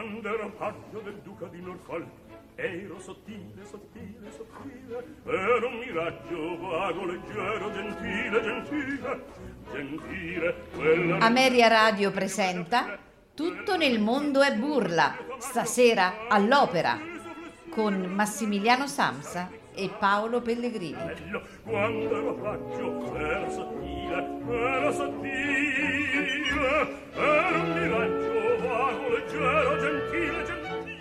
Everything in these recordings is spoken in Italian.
quando ero paggio del duca di Norfolk, ero sottile, sottile, sottile, ero un miraggio vago, leggero, gentile, gentile, gentile. Quella... Ameria Radio presenta Tutto nel mondo è burla, stasera all'Opera, con Massimiliano Samsa e Paolo Pellegrini. Quando ero paggio, ero sottile, ero un miraggio vago, leggero, gentile, gentile.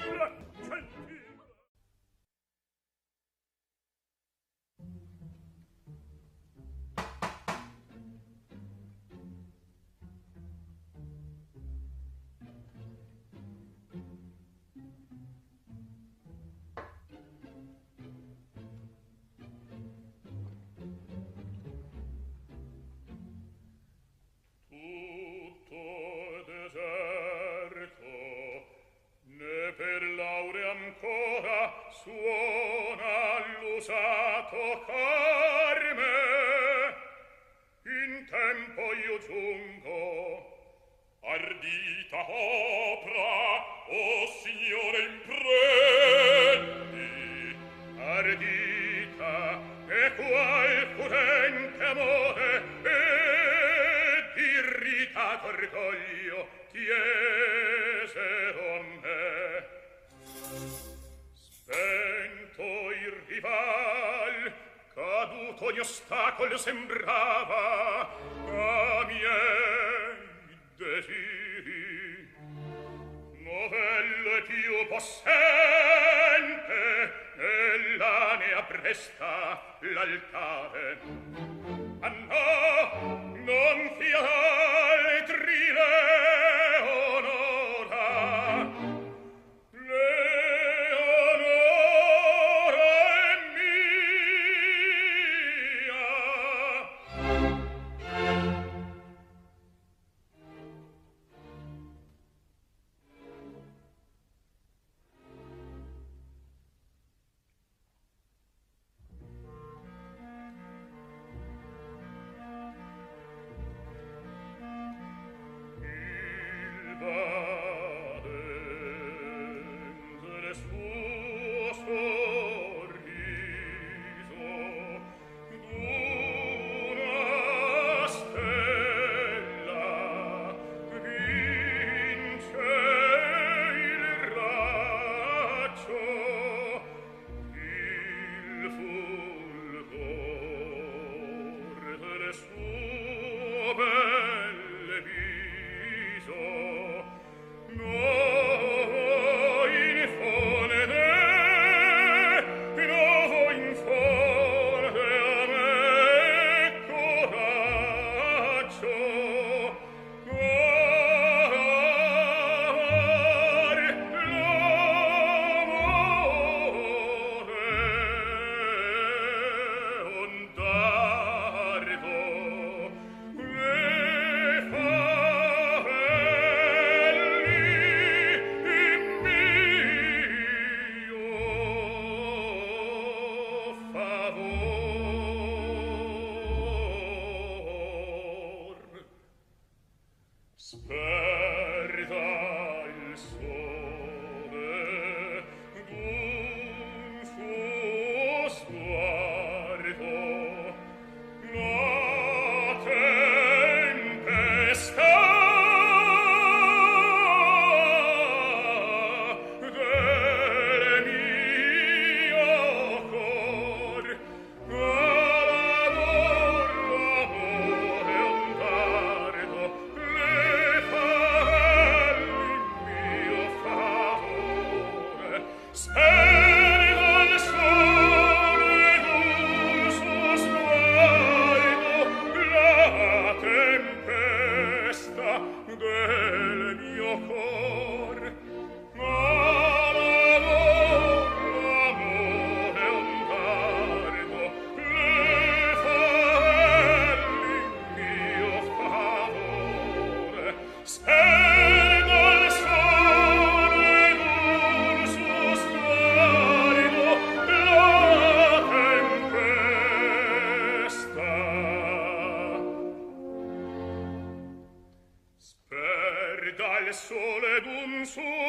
Suona l'usato carme, in tempo io giungo, ardita opra, o signore imprendi, ardita, e qual prudente amore, ed irritato orgoglio chiesero a me. Spento il rival, caduto ogni ostacolo sembrava a miei desiri. Novelle più possente, ella ne appresta l'altare. Ah no, non fia altri le onora.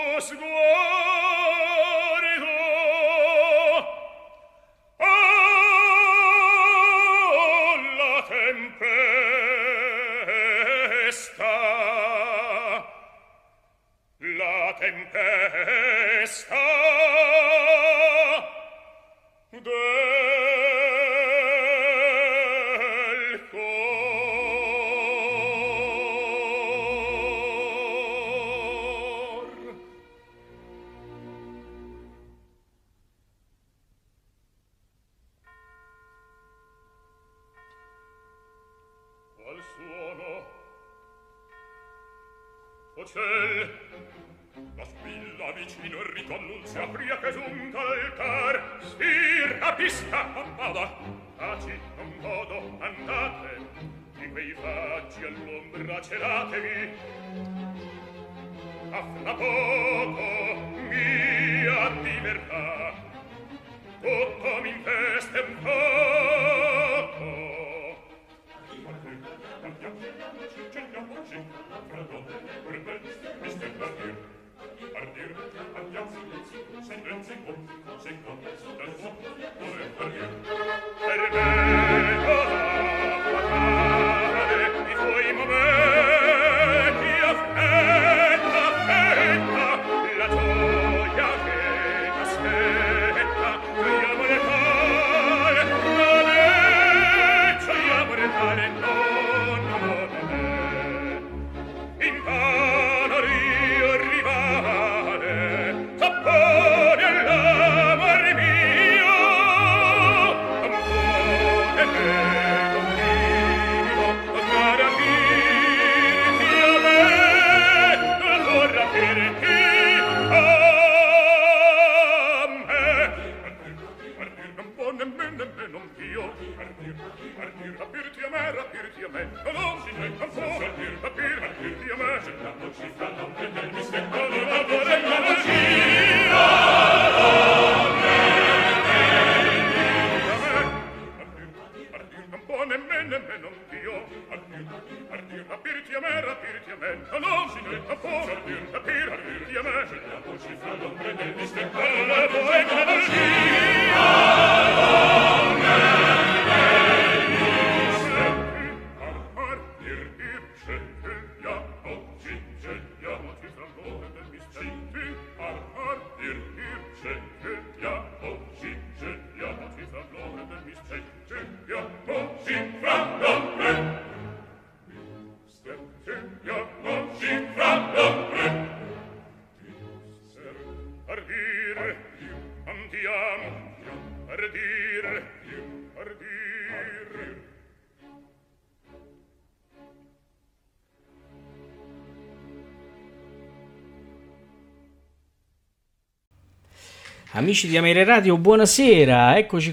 Amici di Amere Radio, buonasera, eccoci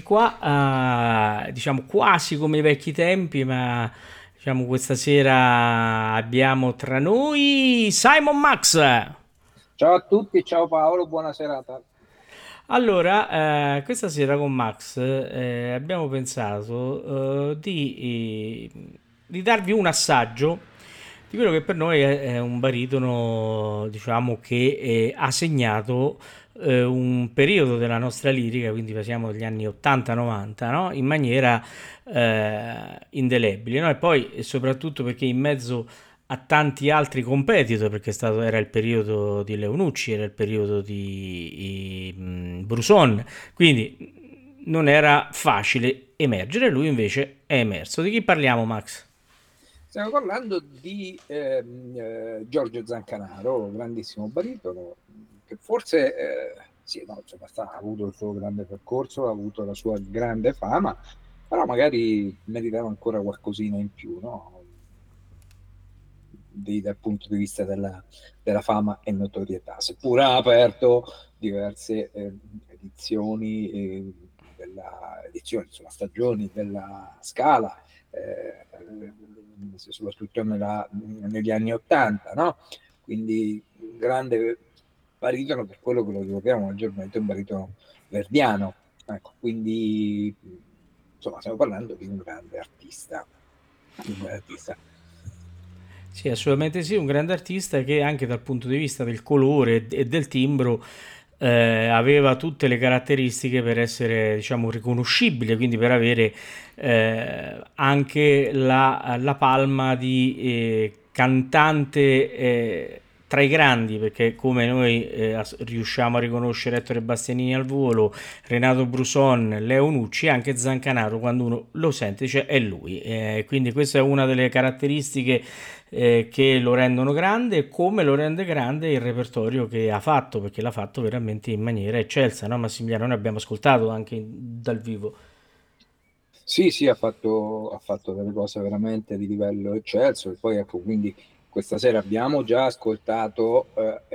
qua, diciamo quasi come i vecchi tempi, ma diciamo questa sera abbiamo tra noi Simon Max. Ciao a tutti, ciao Paolo, buona serata. Allora, questa sera con Max abbiamo pensato di darvi un assaggio di quello che per noi è un baritono, diciamo, che ha segnato un periodo della nostra lirica, quindi passiamo dagli anni 80-90, no? In maniera indelebile, no? E poi soprattutto perché in mezzo a tanti altri competitor, perché era il periodo di Leonucci, era il periodo di Bruson, quindi non era facile emergere, lui invece è emerso. Di chi parliamo, Max? Stiamo parlando di Giorgio Zancanaro, grandissimo baritono, che forse sì, no, insomma, ha avuto il suo grande percorso, ha avuto la sua grande fama, però magari meritava ancora qualcosina in più, no? Dal punto di vista della fama e notorietà, seppur ha aperto diverse edizioni, insomma, stagioni della Scala, soprattutto negli anni '80, no? Quindi un grande baritono, per quello che lo ricordiamo maggiormente, un baritono verdiano, ecco, quindi insomma stiamo parlando di un grande artista. Sì, assolutamente sì, un grande artista che anche dal punto di vista del colore e del timbro aveva tutte le caratteristiche per essere, diciamo, riconoscibile, quindi per avere anche la palma di cantante tra i grandi, perché come noi riusciamo a riconoscere Ettore Bastianini al volo, Renato Bruson, Leo Nucci, anche Zancanaro, quando uno lo sente, dice è lui. Quindi questa è una delle caratteristiche che lo rendono grande, come lo rende grande il repertorio che ha fatto, perché l'ha fatto veramente in maniera eccelsa, no Massimiliano? Noi abbiamo ascoltato anche dal vivo. Sì, sì, ha fatto delle cose veramente di livello eccelso. E poi ecco, quindi questa sera abbiamo già ascoltato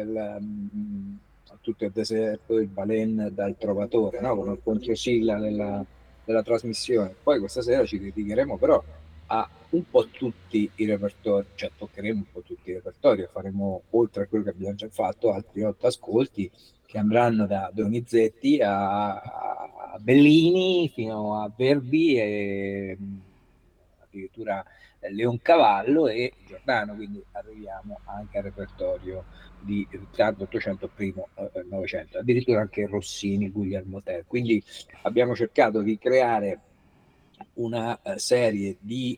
tutto il deserto, il Balen dal Trovatore, no? Come controsigla della trasmissione. Poi questa sera ci dedicheremo però a un po' tutti i repertori, cioè toccheremo un po' tutti i repertori, faremo oltre a quello che abbiamo già fatto altri 8 ascolti che andranno da Donizetti a Bellini fino a Verdi e addirittura Leoncavallo e Giordano, quindi arriviamo anche al repertorio di tardo 800, primo Novecento, addirittura anche Rossini, Guglielmo Tell. Quindi abbiamo cercato di creare una serie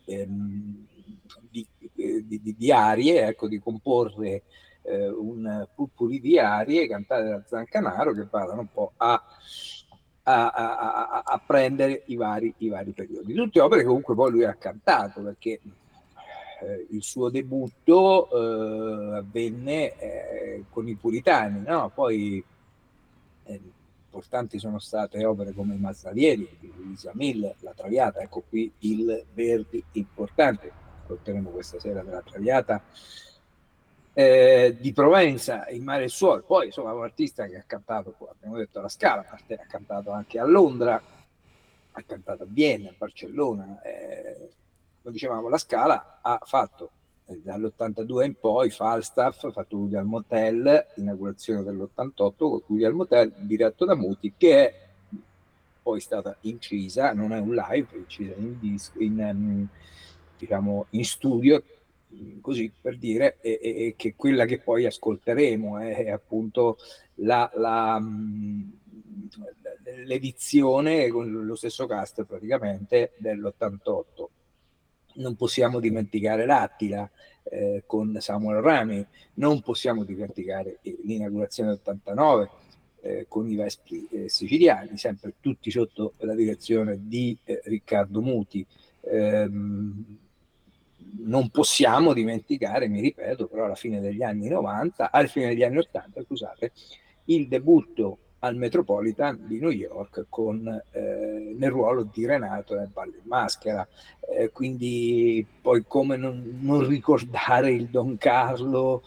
di arie, ecco, di comporre un pupurri di arie cantate da Zancanaro che vanno un po' a prendere i vari periodi. Tutte opere che comunque poi lui ha cantato, perché il suo debutto avvenne con i Puritani, no? Poi importanti sono state opere come i Masnadieri, Luisa Miller, La Traviata. Ecco qui il Verdi importante. Ascolteremo questa sera della Traviata di Provenza, Il mare e il suolo. Poi insomma un artista che ha cantato, abbiamo detto, alla Scala, ha cantato anche a Londra, ha cantato a Vienna, a Barcellona. Come dicevamo, la Scala ha fatto dall'82 in poi Falstaff, ha fatto Guglielmo Tell, inaugurazione dell'88 con Guglielmo Tell, diretto da Muti, che è poi stata incisa, non è un live, è incisa diciamo in studio, così per dire, e che quella che poi ascolteremo è appunto l'edizione con lo stesso cast praticamente dell'88. Non possiamo dimenticare l'Attila con Samuel Rami, non possiamo dimenticare l'inaugurazione dell'89 con i Vespri siciliani, sempre tutti sotto la direzione di Riccardo Muti. Non possiamo dimenticare, mi ripeto, però alla fine degli anni 90, alla fine degli anni 80, scusate, il debutto al Metropolitan di New York nel ruolo di Renato nel Ballo in Maschera. Quindi poi come non ricordare il Don Carlo,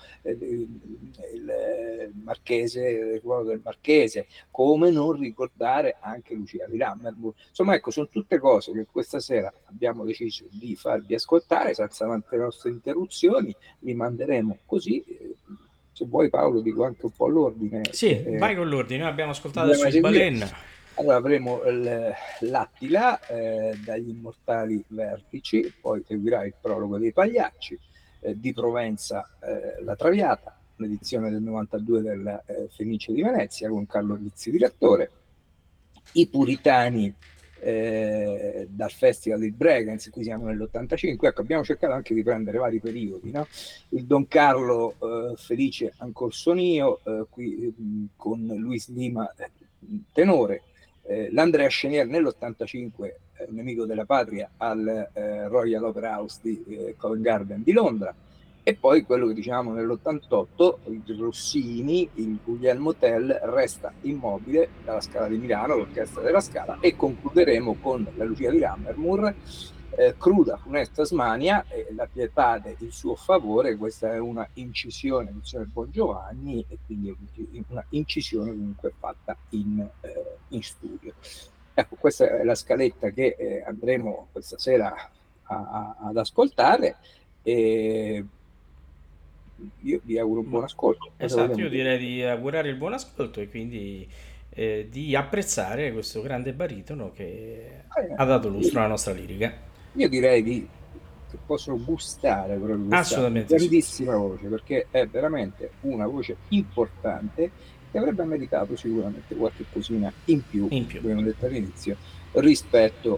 il Marchese, il ruolo del Marchese, come non ricordare anche Lucia di Lammermoor. Insomma, ecco, sono tutte cose che questa sera abbiamo deciso di farvi ascoltare senza le nostre interruzioni. Li manderemo così. Se vuoi Paolo dico anche un po' l'ordine. Sì, vai con l'ordine. Noi abbiamo ascoltato adesso il Balen. Allora avremo l'Attila dagli Immortali Vertici, poi seguirà il prologo dei Pagliacci, di Provenza La Traviata, l'edizione del 92 del Fenice di Venezia con Carlo Rizzi direttore, i Puritani dal Festival di Bregenz, qui siamo nell'85. Ecco, abbiamo cercato anche di prendere vari periodi, no? Il Don Carlo Felice Ancorsonio, qui con Luis Lima tenore, l'Andrea Chenier nell'85, nemico della patria, al Royal Opera House di Covent Garden di Londra. E poi quello che diciamo nell'88, il Rossini, il Guglielmo Tell resta immobile dalla Scala di Milano, l'orchestra della Scala, e concluderemo con la Lucia di Lammermoor, cruda, funesta smania, la pietà del suo favore. Questa è una incisione, edizione Bon Giovanni, e quindi una incisione comunque fatta in studio. Ecco, questa è la scaletta che andremo questa sera ad ascoltare. E io vi auguro un buon ascolto. Esatto, io direi di augurare il buon ascolto e quindi di apprezzare questo grande baritono che ha dato lustro alla nostra lirica. Io direi di che possono gustare proprio questa Assolutamente sì. grandissima voce, perché è veramente una voce importante che avrebbe meritato sicuramente qualche cosina in più, come abbiamo detto all'inizio, rispetto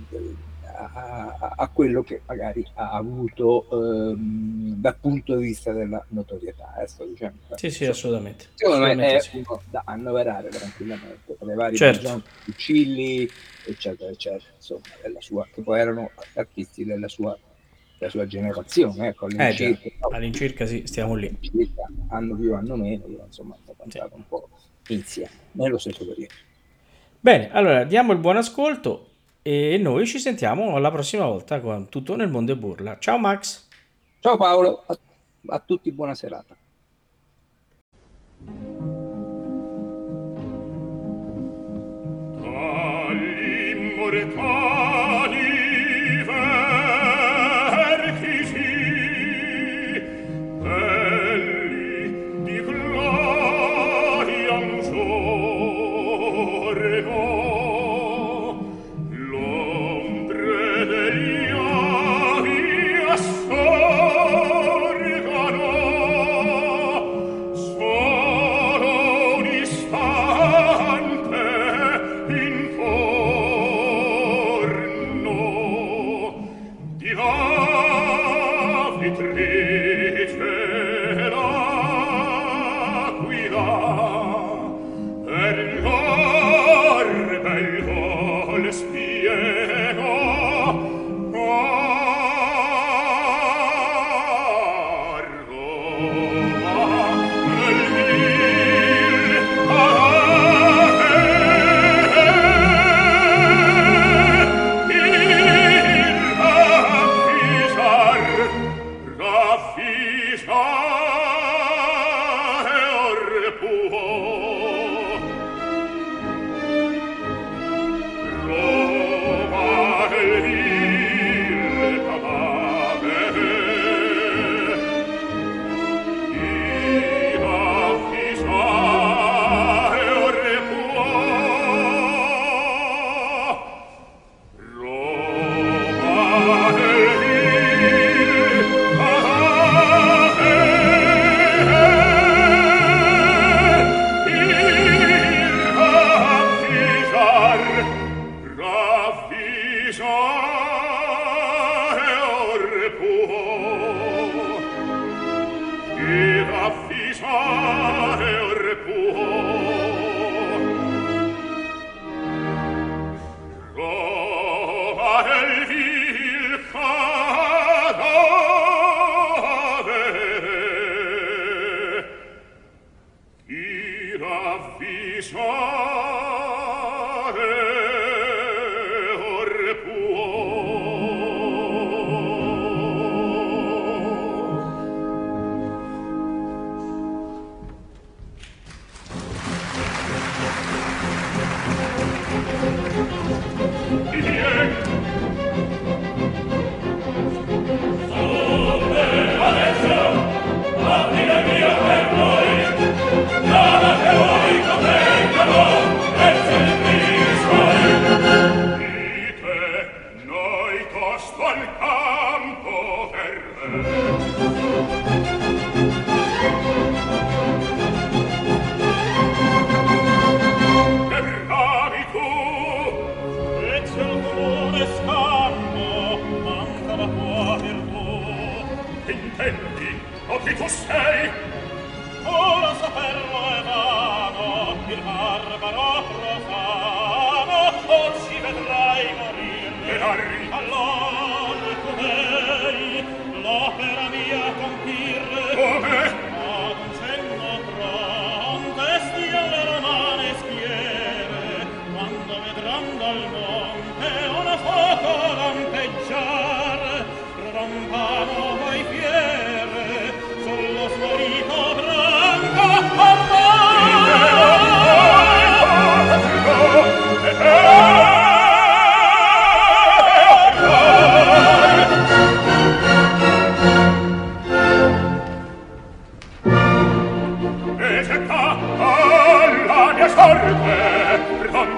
a quello che magari ha avuto dal punto di vista della notorietà. Sto dicendo, sì, assolutamente. Secondo me è sì. uno da annoverare tranquillamente tra le varie Certo. Uccilli, eccetera, eccetera, insomma, della sua, che poi erano artisti della sua generazione, ecco, all'incirca sì, stiamo lì. Anno più, anno meno, insomma, hanno cantato un po' insieme, nello stesso periodo. Bene, allora diamo il buon ascolto e noi ci sentiamo la prossima volta con Tutto nel mondo è burla. Ciao Max. Ciao Paolo, a tutti buona serata.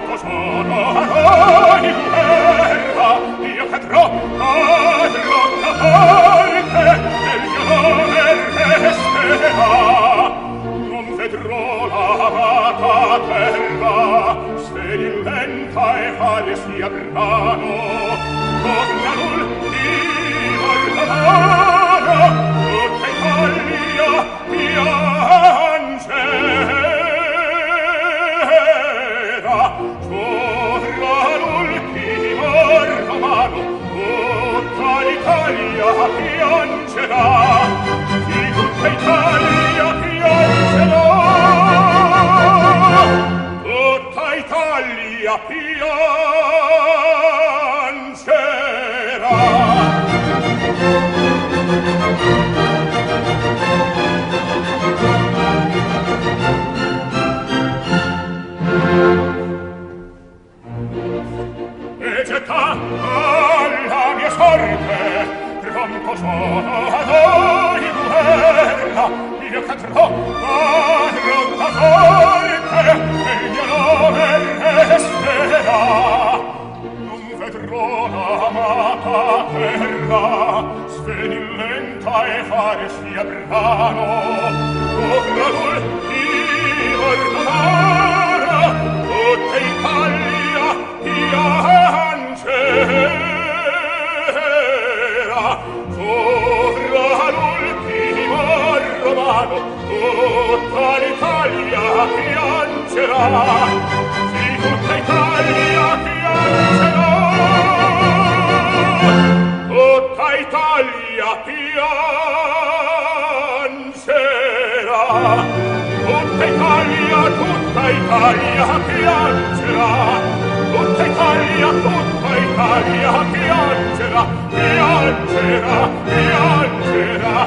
Io cadrò, amata terra, se diventa e fare sia brano, torna l'ultimo il lavoro, tutta Italia piangera, torna l'ultimo il lavoro, tutta l'Italia piangerà, di tutta Italia piangerà, tutta Italia e getta alla mia sorte pronto sono ad ogni guerra io cadrò a pronta sorte e il mio nome resterà non vedrò l'amata terra svenimenta e fare sia brano torna l'ultimo il lavoro tutta Italia piangera torna l'ultimo romano tutta l'Italia piangerà sì tutta Italia piangerà tutta Italia piangerà tutta Italia piangerà tutta Italia piangerà piangerà piangerà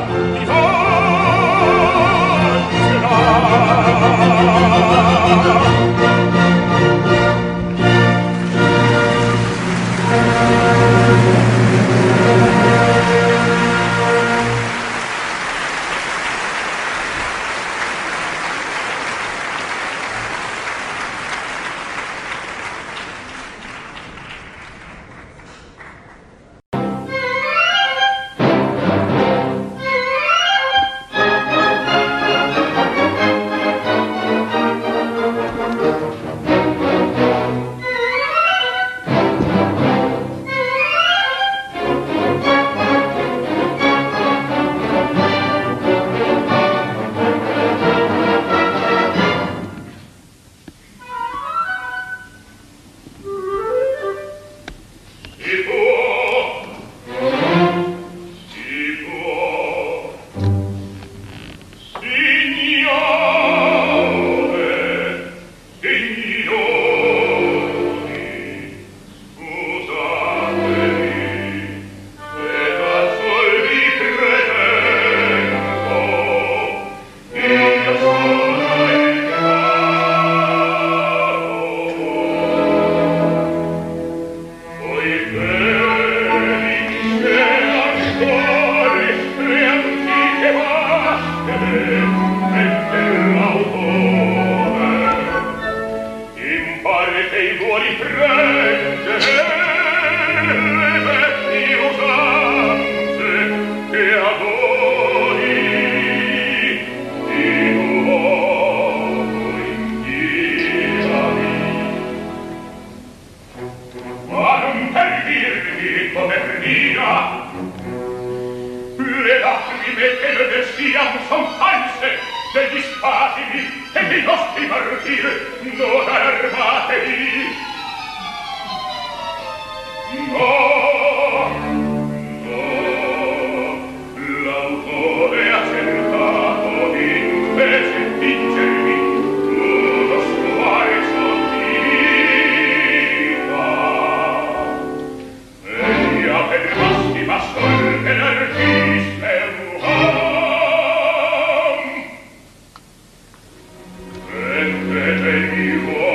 Prendete il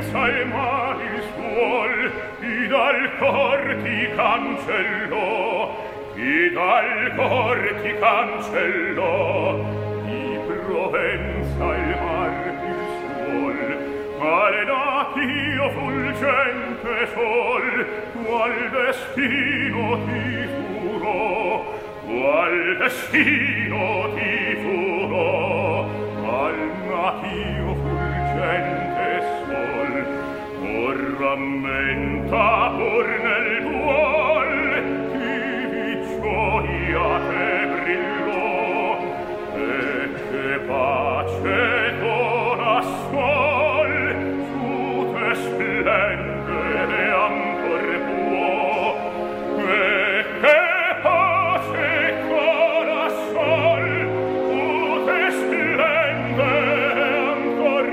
provenza il mar il suol, chi dal cor ti cancellò, chi dal cor ti cancellò, di Provenza il mar il suol, maledacchio fulgente sol, qual destino ti furò, qual destino ti furò, al natio fulgente sol, or rammenta pur nel duol, chi di gioia te brillò, e che pace dona sol, su te splendere ancor può, e che pace dona sol, su te splendere ancor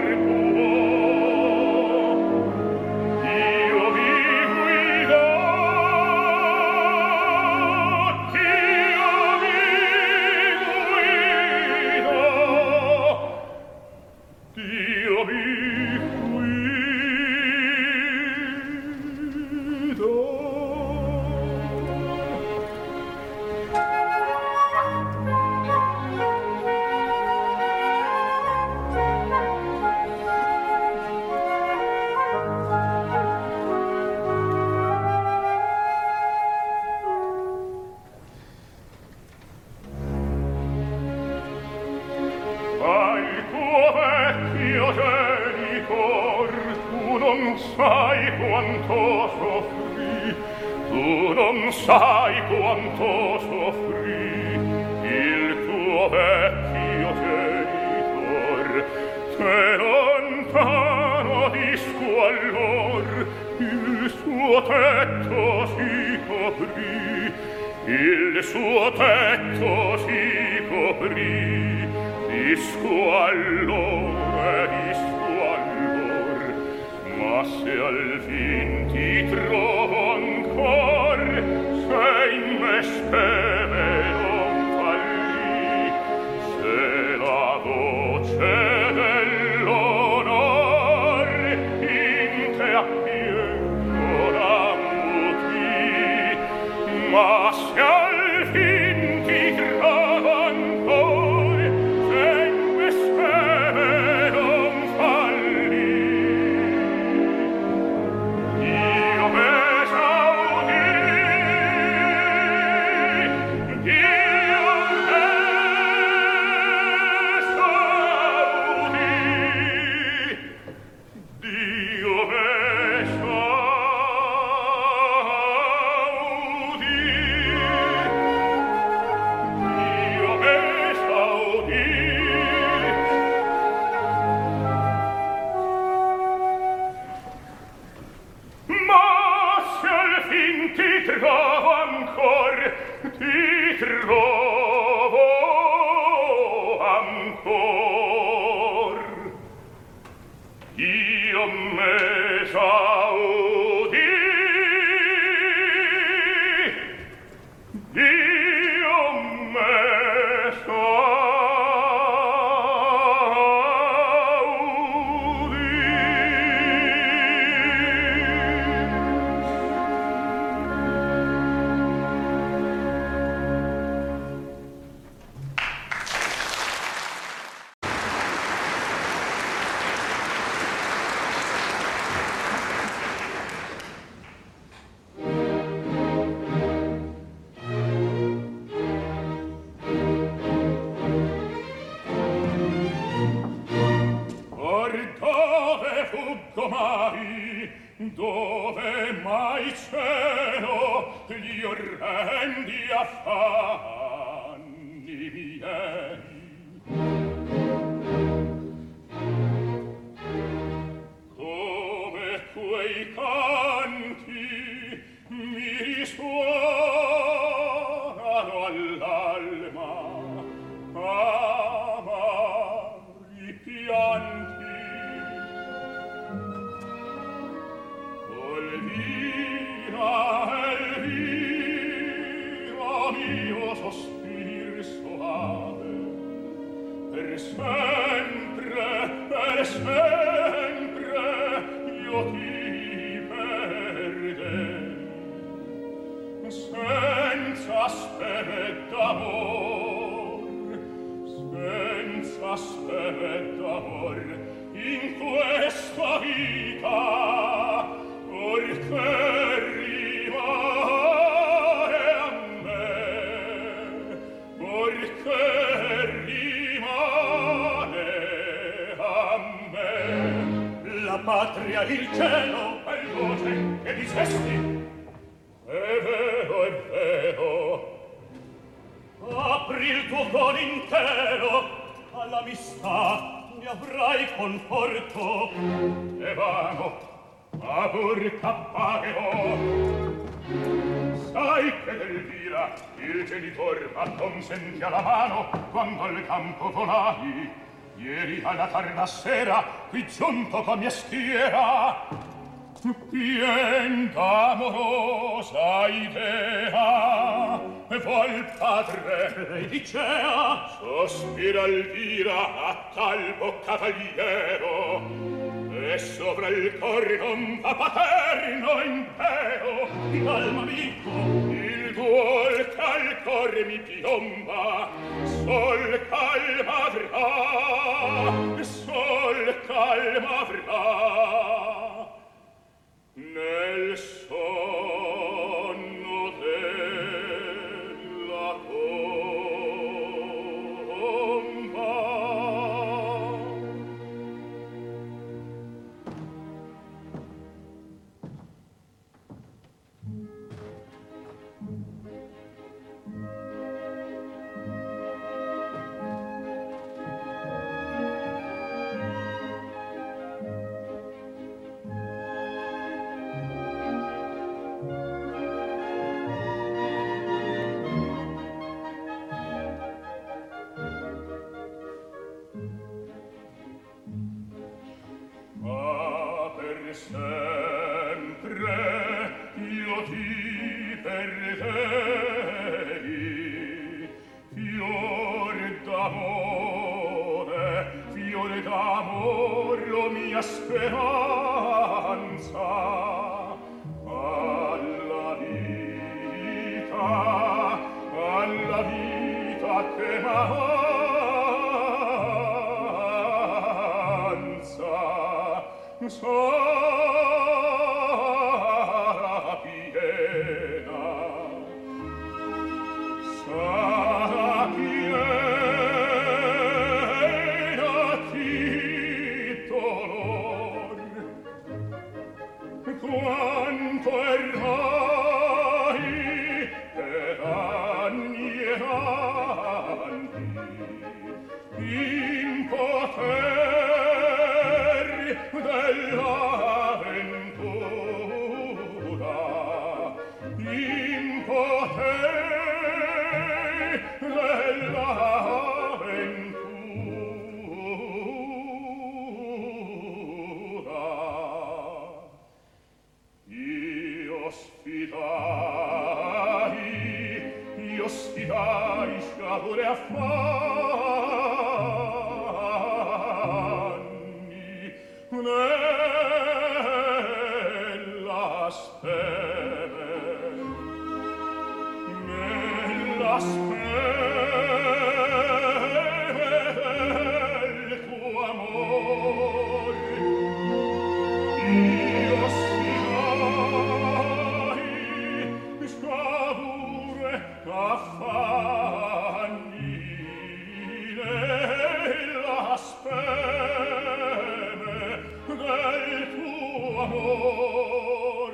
può. Dio vi guidò, Dio vi guidò, Dio vi guidò. Al tuo vecchio genitor tu non sai quanto soffrì, tu non sai quanto soffrì, il tuo vecchio genitor, se lontano di squallor il suo tetto si coprì, il suo tetto si coprì di squallor, ma se al fin ti trovo ancor, se in me speme non falli, se la voce dell'onor in te appieno l'ammuti, ma se al fin ti trovo ancor, se in me speme non falli, io m'esaudì, io m'esaudì, Dio ma se al fin ti trovo ancor, ti trovo ancor, io m'esaudì, io dove mai cielo gli orrendi affanni miei, come quei canti mi risuonano all'alma, amari pianti. Elvira, mio sospir soave, per sempre io voce che dicesti è vero apri il tuo cuore intero all'amistà ne avrai conforto e vamo a pur cappare sai che d'Elvira il genitor ma consentì alla mano quando al campo volai ieri alla tarda sera qui giunto con mia stiera pien d'amorosa idea vuol padre dicea sospira Elvira a tal cavaliero e sopra il cor non va paterno impero calma amico il duol che al cor mi piomba sol calma avrà nel sonno della tomba. Sempre io ti perderei fiore d'amor lo mia speranza alla vita che m'avanza sarà piena di dolor quanto errai per anni e anni in poter dell'avventura in poter dell'avventura io sfidai sciagure affanni nella speme del tuo amor io sfidai sciagure affanni nella speme del tuo amor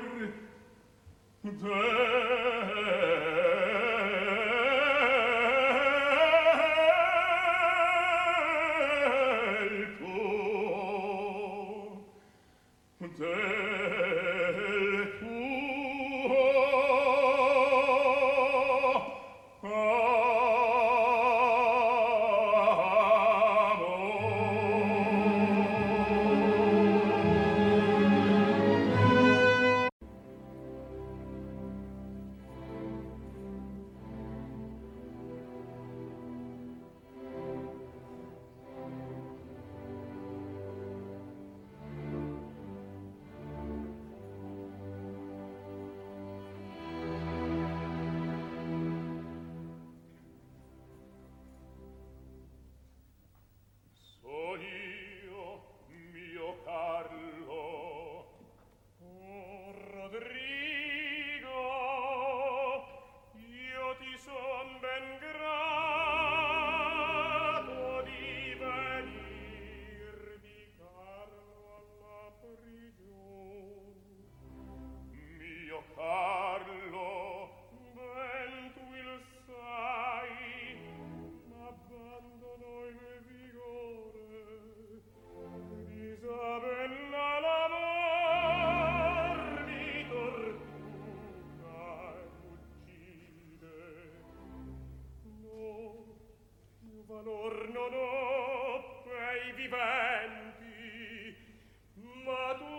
viventi, ma tu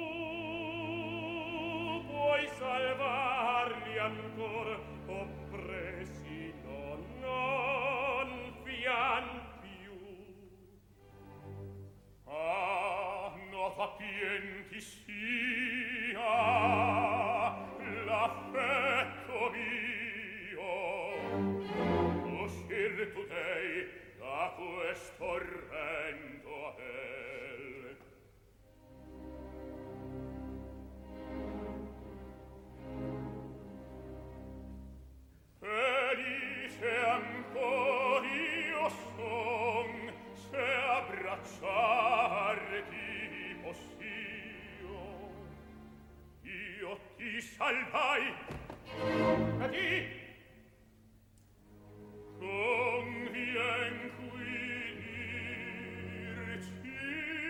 puoi salvarli ancor, oppressi non fian più. Ah, nota pien ti sia l'affetto mio, uscir tu dei da questo orrendo hell. Felice ancor io son, se abbracciarti poss'io. Io ti salvai, e ti convien qui dirci,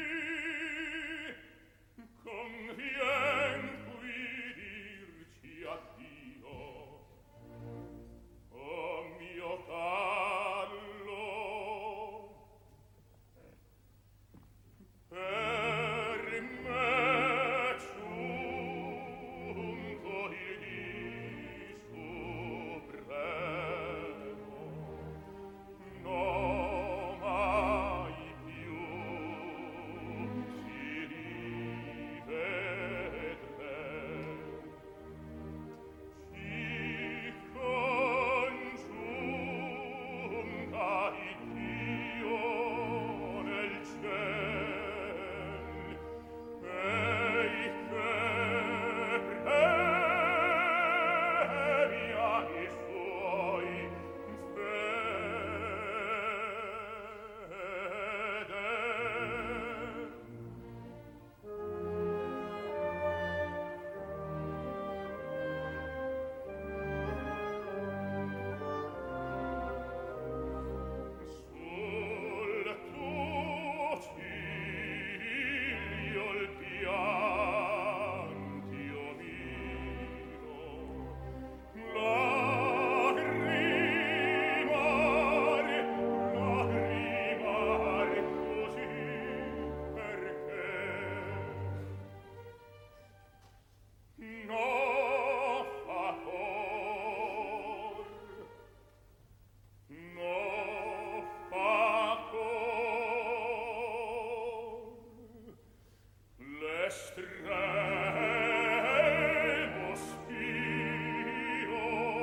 convien qui dirci addio. Oh mio Carlo, per me giunto il dì supremo, no mai più si rivedrà. Ci congiunta Iddio nel ciel, ei che premia I suoi fede. Sul tuo ciglio il piantio mio, lagrimar così perché no fa cor, no fa cor, l'estremo spiro,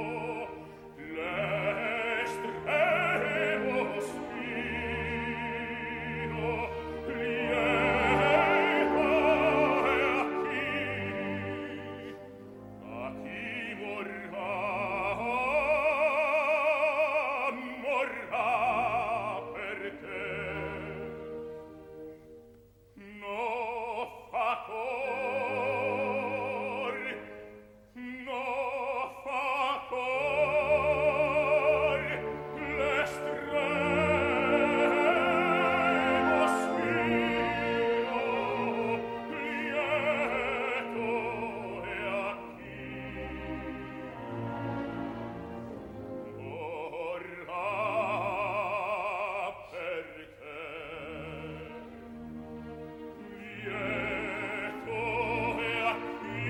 l'estremo spiro, lieta a chi morrà, morrà per te. No fa cor, no fa cor, l'estremo spiro, lieto e a chi morrà per te. Lieto e a chi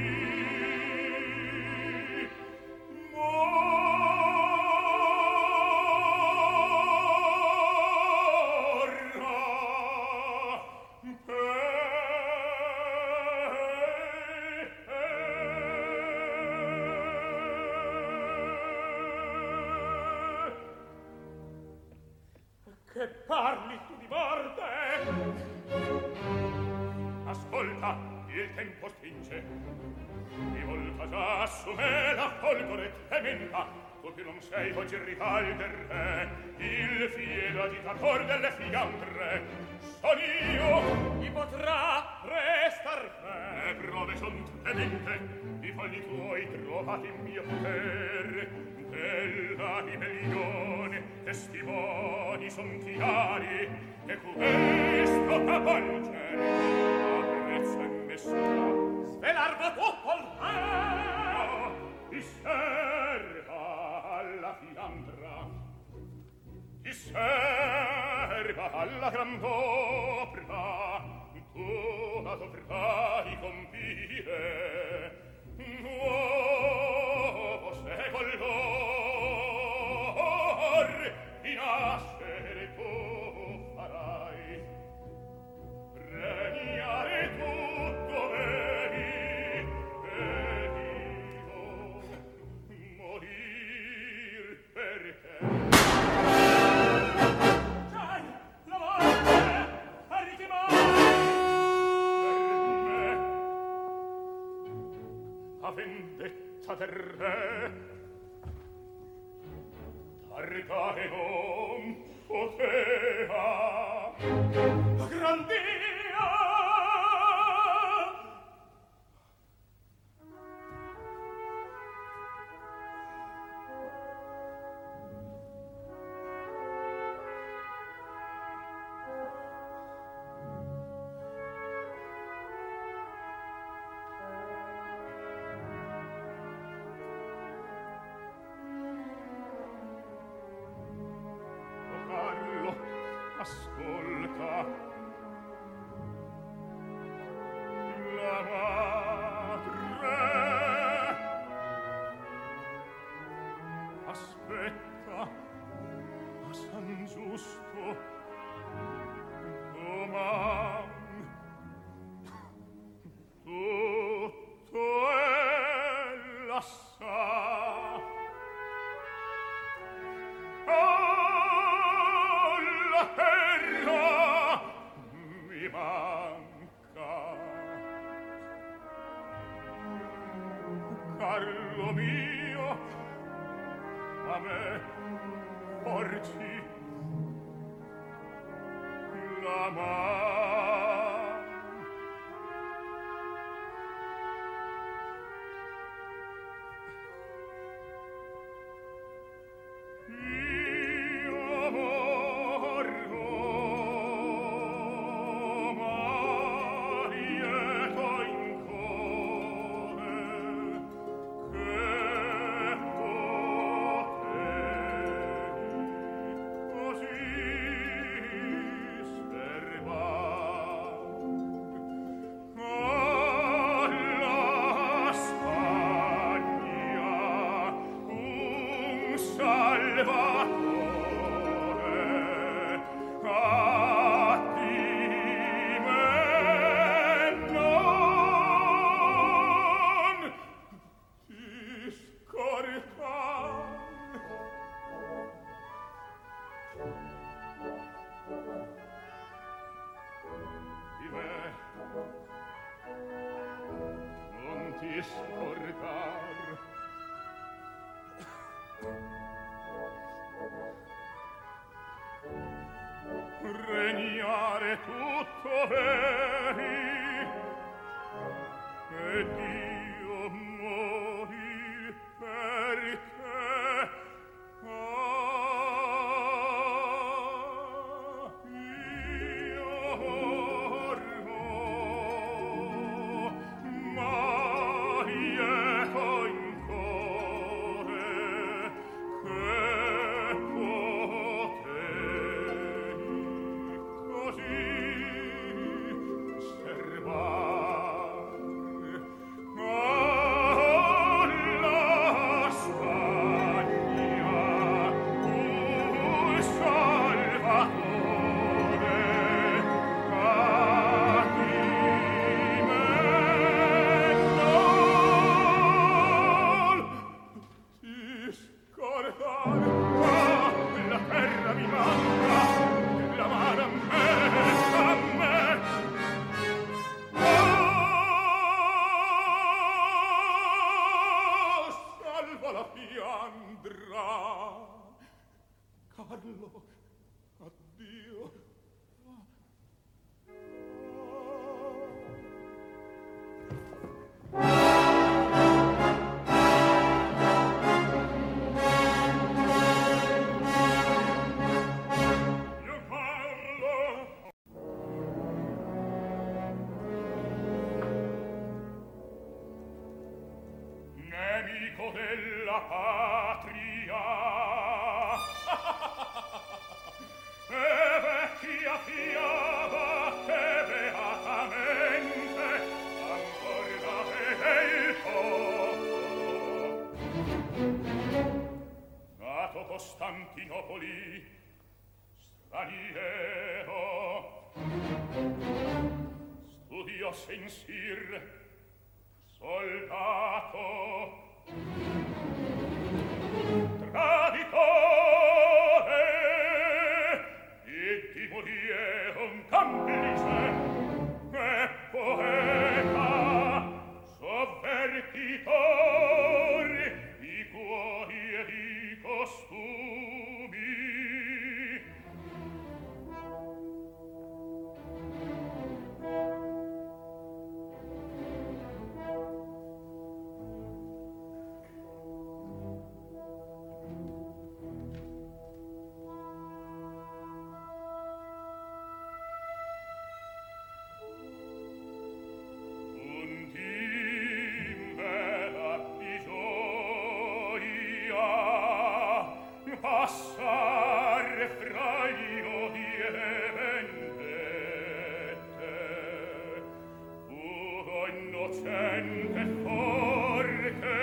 che parli tu di morte? Ascolta, il tempo stringe, di volta già su me la folgore tremenda, tu che non sei oggi il rival del re, il fiero agitator delle fiandre, son io, chi potrà restar fe? Le prove son tremende, i folli tuoi trovati in mio poter, della ribellione testimoni son chiari, che questo capovolger apprezzo e nessuno svelarvo tutto il re, ti serva alla fiandra, ti serva serva alla grand'opera, tu dovrai compire. Nuovo secol d'or rinascere tu farai, regnare tutto vedi ed io morir per te. Giai, la morte a richiamare per me a vendetta del re, targare non poteva grandia. Carlo, ascolta. La madre aspetta a San Giusto doman tutto ella sa. La terra mi manca, Carlo mio, a me porgi la man. Io morro, ma lieto in cuore che potevi così servar alla Spagna un salvatore. A ti me non ti scordan. Di me non ti scordar. Regnare tutto veri ed io morir per te. Io morro, ma lieto in cuore che potevi così servar alla Spagna un salvatore. A ti me non ti scordar. La terra mi manca, la mano a me, a me. Oh, salva la Fiandra. Carlo, addio. Giancarlo, nemico della patria, e mia fiaba che beatamente ancor l'avete il popolo. Nato Costantinopoli, straniero, studio sensir, soldato, traditore, e di morire un camplice, e poeta, sovvertitore di cuori e di costumi. Passar fra io di vendette, puro innocente forte,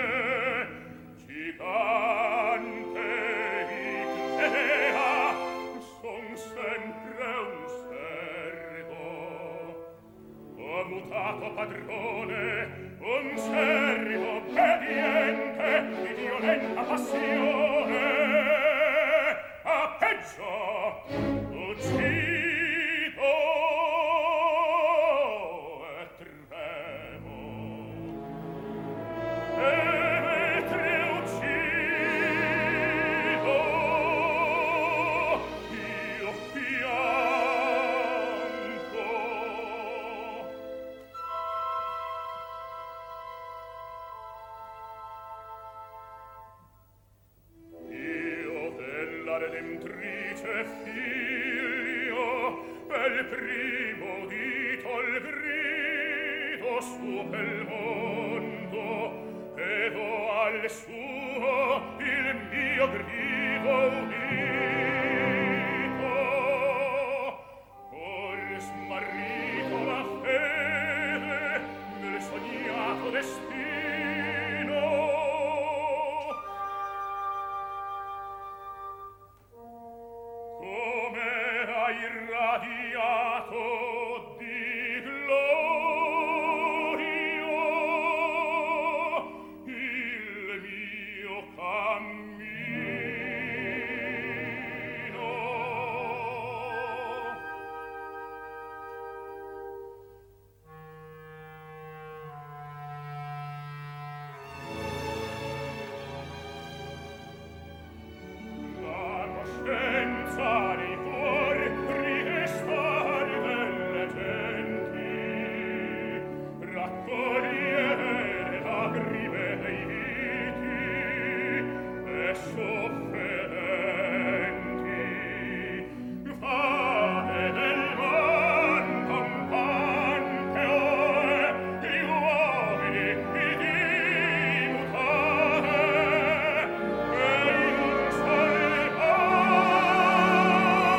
gigante idea, son sempre un servo. Ho mutato padrone, un servo obbediente di violenta passione. A peggio, uccido e tremo. E mentre uccido, io piango. Redemptrice figlio, pel primo udito il grido su pel mondo, ed ho al suo il mio grido udito. Col smarrito la fede nel sognato destino, irradiato di gloria il mio cammino. La coscienza nei cuori ridestare delle genti, raccogliere le lagrime dei viti e sofferenti, fare del mondo un panteone di uomini di mutare e in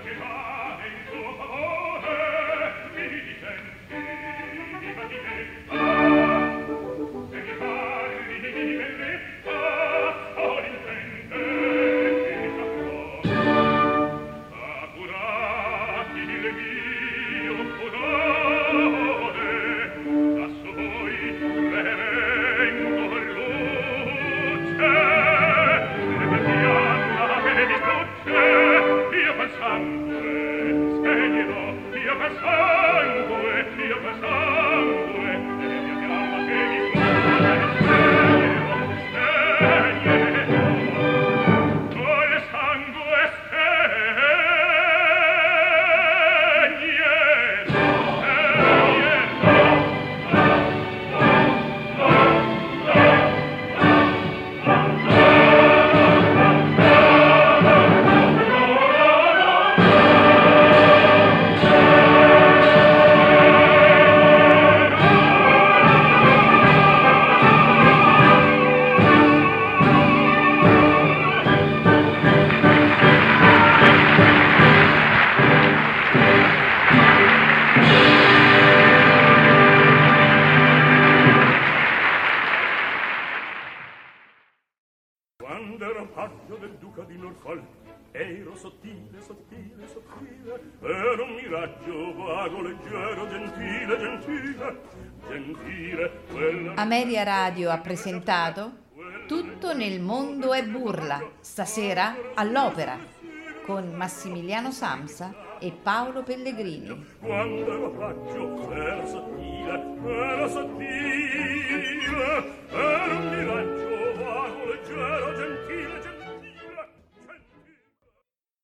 Quando ero paggio del duca di Norfolk, ero sottile, sottile, sottile, ero un miraggio vago, leggero, gentile, gentile, gentile. Ameria Radio ha presentato Tutto nel mondo è burla, stasera all'Opera, con Massimiliano Samsa e Paolo Pellegrini. Quando ero paggio, ero sottile, ero un miraggio